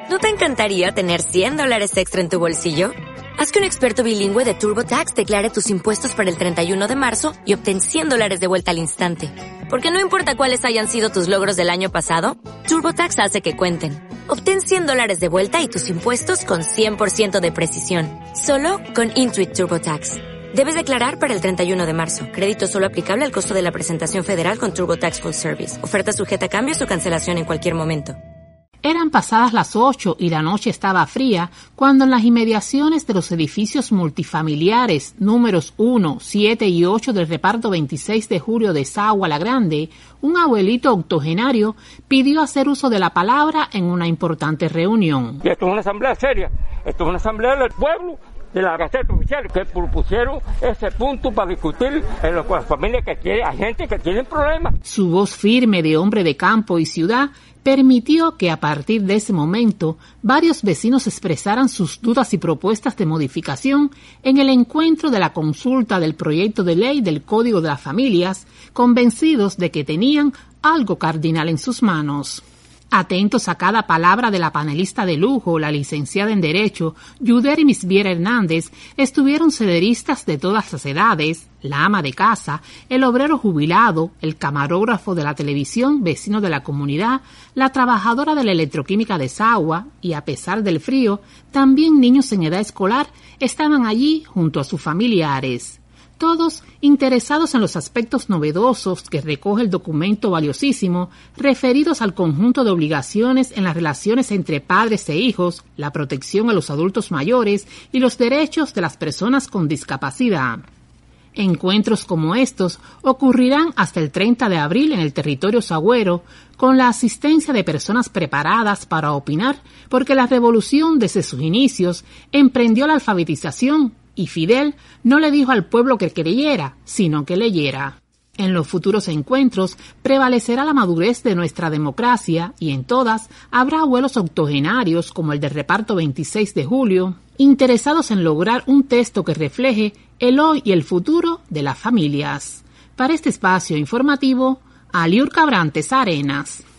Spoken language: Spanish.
¿No te encantaría tener $100 extra en tu bolsillo? Haz que un experto bilingüe de TurboTax declare tus impuestos para el 31 de marzo y obtén $100 de vuelta al instante. Porque no importa cuáles hayan sido tus logros del año pasado, TurboTax hace que cuenten. Obtén $100 de vuelta y tus impuestos con 100% de precisión. Solo con Intuit TurboTax. Debes declarar para el 31 de marzo. Crédito solo aplicable al costo de la presentación federal con TurboTax Full Service. Oferta sujeta a cambios o cancelación en cualquier momento. Eran pasadas las 8 y la noche estaba fría cuando en las inmediaciones de los edificios multifamiliares números 1, 7 y 8 del reparto 26 de julio de Sagua la Grande, un abuelito octogenario pidió hacer uso de la palabra en una importante reunión. Y esto es una asamblea seria, esto es una asamblea del pueblo, de la Gaceta Oficial, que propusieron ese punto para discutir en las familias que tienen, hay gente que tiene problemas. Su voz firme de hombre de campo y ciudad permitió que a partir de ese momento varios vecinos expresaran sus dudas y propuestas de modificación en el encuentro de la consulta del proyecto de ley del Código de las Familias, convencidos de que tenían algo cardinal en sus manos. Atentos a cada palabra de la panelista de lujo, la licenciada en Derecho, Yuderis Viera Hernández, estuvieron cederistas de todas las edades, la ama de casa, el obrero jubilado, el camarógrafo de la televisión, vecino de la comunidad, la trabajadora de la electroquímica de Sagua, y a pesar del frío, también niños en edad escolar estaban allí junto a sus familiares. Todos interesados en los aspectos novedosos que recoge el documento valiosísimo referidos al conjunto de obligaciones en las relaciones entre padres e hijos, la protección a los adultos mayores y los derechos de las personas con discapacidad. Encuentros como estos ocurrirán hasta el 30 de abril en el territorio sagüero con la asistencia de personas preparadas para opinar, porque la revolución desde sus inicios emprendió la alfabetización y Fidel no le dijo al pueblo que creyera, sino que leyera. En los futuros encuentros prevalecerá la madurez de nuestra democracia y en todas habrá abuelos octogenarios como el del reparto 26 de julio, interesados en lograr un texto que refleje el hoy y el futuro de las familias. Para este espacio informativo, Aliur Cabrantes Arenas.